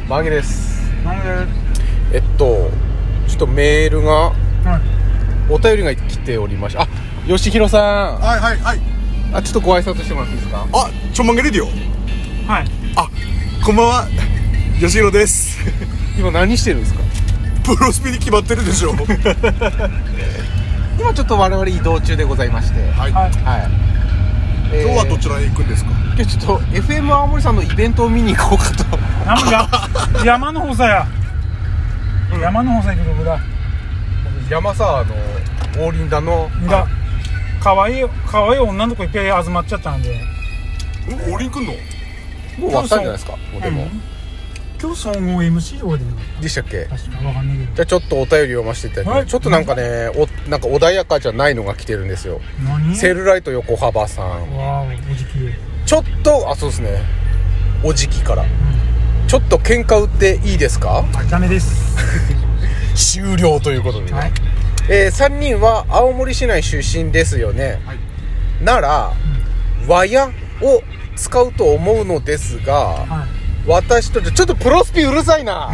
マゲです。 なんでちょっとメールが、 はい、 お便りが来ておりました。吉弘さん。 はいはいはい。 ちょっとご挨拶してもらっていいですか。 ちょんまげレディオ。 はい。 こんばんは、吉弘です。 今何してるんですか。 プロスピに決まってるでしょ。 今ちょっと我々移動中でございまして、 はい、 はい。 今日はどちらへ行くんですか。 今日ちょっと FM 青森さんのイベントを見に行こうかと。 山の方さや、山の方さ行くとこだ。 山さ王林田のが可愛い女の子いっぱい集まっちゃったんで。 王林くんのもう終わったんじゃないですか。もうでも、 今日総合 MC とかでしたっけ。 確かわかんないけど。 じゃあちょっとお便り読ませていただきます、 はい。 ちょっとなんかね、なんか穏やかじゃないのが来てるんですよ。 何？ セルライト横幅さん。 わー、おじき。 ちょっとそうですね、おじきから、ちょっと喧嘩売っていいですか。 ダメです終了ということでね、 はい。 3人は青森市内出身ですよね、 はい、 なら、和やを使うと思うのですが、 はい、 私とちょっとプロスピうるさいな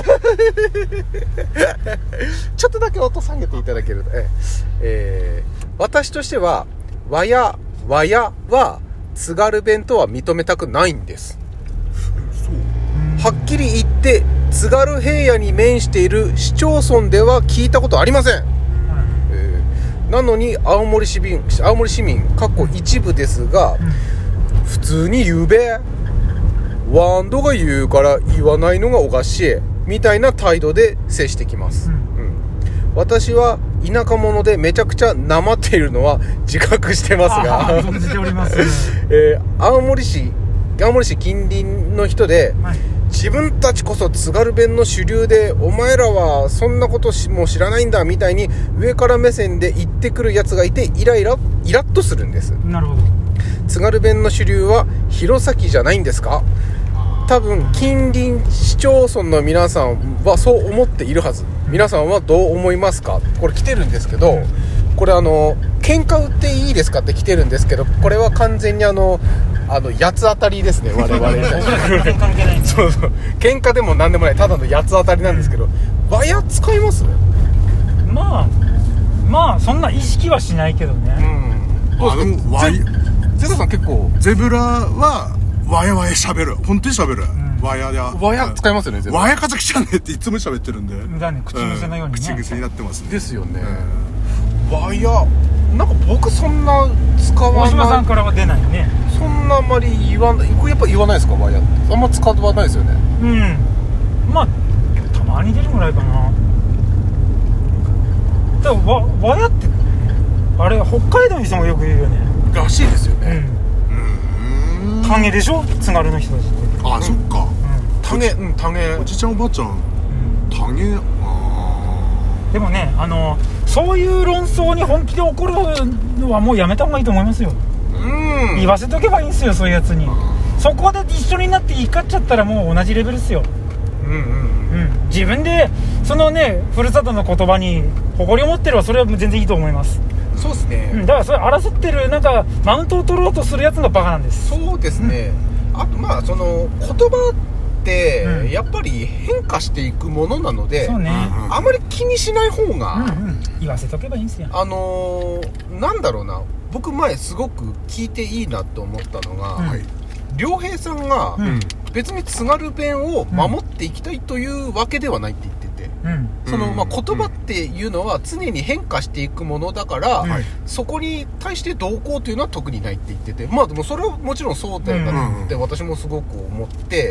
ちょっとだけ音下げていただけると、私としては和やは津軽弁とは認めたくないんです。はっきり言って津軽平野に面している市町村では聞いたことありません、なのに青森市民一部ですが、普通に言うべ、ワンドが言うから言わないのがおかしいみたいな態度で接してきます、私は田舎者でめちゃくちゃなまっているのは自覚してますが存じております、 青森市近隣の人で、 はい、 自分たちこそ津軽弁の主流でお前らはそんなことも知らないんだみたいに上から目線で言ってくるやつがいてイラッとするんです。 なるほど。 津軽弁の主流は弘前じゃないんですか。多分近隣市町村の皆さんはそう思っているはず。皆さんはどう思いますか。これ来てるんですけど、これ喧嘩売っていいですかって来てるんですけど、これは完全に八つ当たりですね、我々に対して関係ない。 そう喧嘩でも何でもない、ただの八つ当たりなんですけど、和や使います？ まあそんな意識はしないけどね。 でもゼロさん結構ゼブラはわや喋る、本当に喋る、わや使いますよね。 わやかざきちゃんねっていつも喋ってるんで、 だね、口癖のようにね、 口癖になってますね。 ですよね、わやなんか僕そんな使わない。 大島さんからは出ないね。 そんなあんまり言わない。これやっぱ言わないですか、わやって。あんま使わないですよね。 まあたまに出るぐらいかな。だからわやってあれ北海道の人もよく言うよね。 らしいですよね。 タゲでしょ、津軽の人たちって。 そっか。 タゲおじちゃんおばあちゃんタゲ。 でもね、そういう論争に本気で怒るのはもうやめた方がいいと思いますよ。言わせとけばいいんですよ、そういうやつに。そこで一緒になって怒っちゃったらもう同じレベルですよ。自分でそのね、ふるさとの言葉に誇りを持ってればそれは全然いいと思います。 そうですね、 だからそれ争ってるなんかマウントを取ろうとするやつがバカなんです。 そうですね、あとその言葉ってやっぱり変化していくものなので、 そうね、 あまり気にしない方が、 言わせとけばいいんですよ。 なんだろうな、僕前すごく聞いていいなと思ったのが、良平さんが別に津軽弁を守っていきたいというわけではないって言ってて、その言葉っていうのは常に変化していくものだから、そこに対してどうこうというのは特にないって言ってて、でもそれはもちろんそうだよなって私もすごく思って、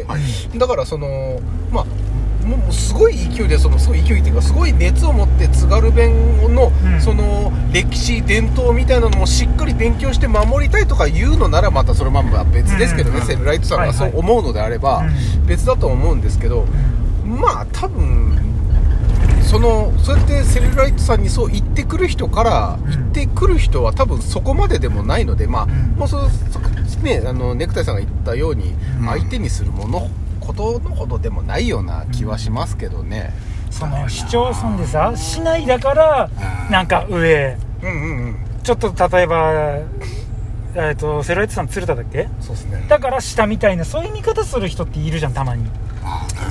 だからもうすごい勢いで、すごい勢いっていうかすごい熱を持って津軽弁のその歴史伝統みたいなのもしっかり勉強して守りたいとか言うのならまたそれは別ですけどね、セルライトさんがそう思うのであれば別だと思うんですけど、多分そうやってセルライトさんにそう言ってくる人から言ってくる人は多分そこまででもないので、もうね、ネクタイさんが言ったように相手にすることのほどでもないような気はしますけどね。 その市町村でさ、市内だからなんか上、ちょっと例えばセルライトさん鶴田だっけ。 そうですね。 だから下みたいなそういう見方する人っているじゃん、たまに。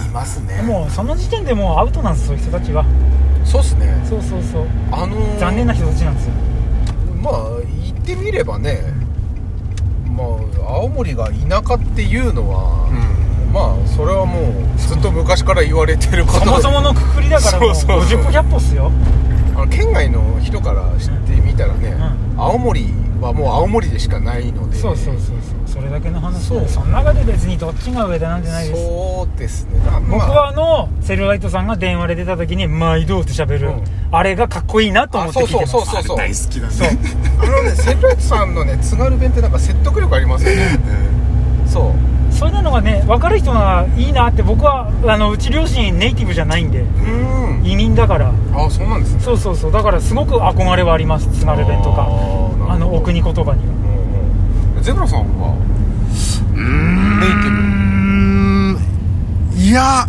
ますね。 もうその時点でもうアウトなんです、そういう人たちは。 そうっすね。 そう残念な人たちなんですよ。 まあ言ってみればね、まあ青森が田舎っていうのは、まあそれはもうずっと昔から言われてることで、 そもそものくくりだからもう50歩100歩っすよ。 県外の人から知ってみたらね、青森はもう青森でしかないので、 そうそれだけの話で、その中で別にどっちが上だなんてないです。 そうですね。 僕はセルライトさんが電話で出た時に毎度って喋る、あれがかっこいいなと思って聞いてます。 そう大好きだね。 セルライトさんのね津軽弁ってなんか説得力ありますよね。そういうのがね分かる人がいいなって。僕はうち両親ネイティブじゃないんで、移民だから。 あ、そうなんですね。 そうだからすごく憧れはあります、津軽弁とかお国言葉には。 ゼブラさんはネイティブ？ いや、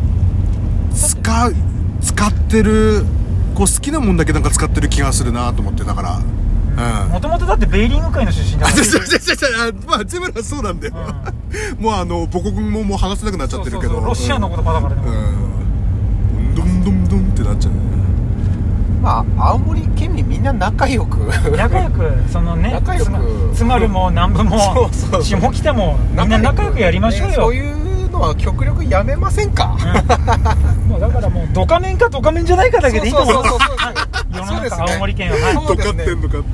使ってるこう好きなもんだけなんか使ってる気がするなと思って。だからもともとだってベーリング界の出身だから。 まあゼブラはそうなんだよ、もう母国語も話せなくなっちゃってるけど、 ロシアの言葉だからね、 ドンドンドンってなっちゃうね。 まあ青森県民みんな仲良くそのね、津軽も南部も下北もみんな仲良くやりましょうよ。 そういうのは極力やめませんか。 もうだからもうドカメンかドカメンじゃないかだけでいいと思う。世の中青森県はドカってんのかって、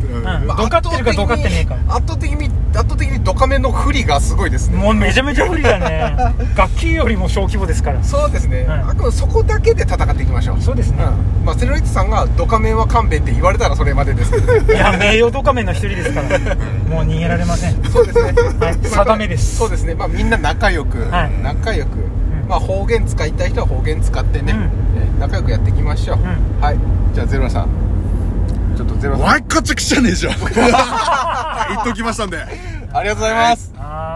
ドカってるかドカってねえか。 圧倒的にドカメンの不利がすごいですね。 もうめちゃめちゃ不利だね。学級よりも小規模ですから。 そうですね。あくまでそこだけで戦っていきましょう。 そうですね。 まあセルライトさんがドカメンは勘弁って言われたらそれまでですけどね。 いや、名誉ドカメンの一人ですからもう逃げられません。 そうですね。 定めです。 そうですね。まあみんな仲良く、まあ方言使いたい人は方言使ってね、仲良くやっていきましょう。はい。じゃあゼブラさん、ちょっとゼブラさん、 わいかちゃくちゃねえじゃん言っときましたんで、 ありがとうございます。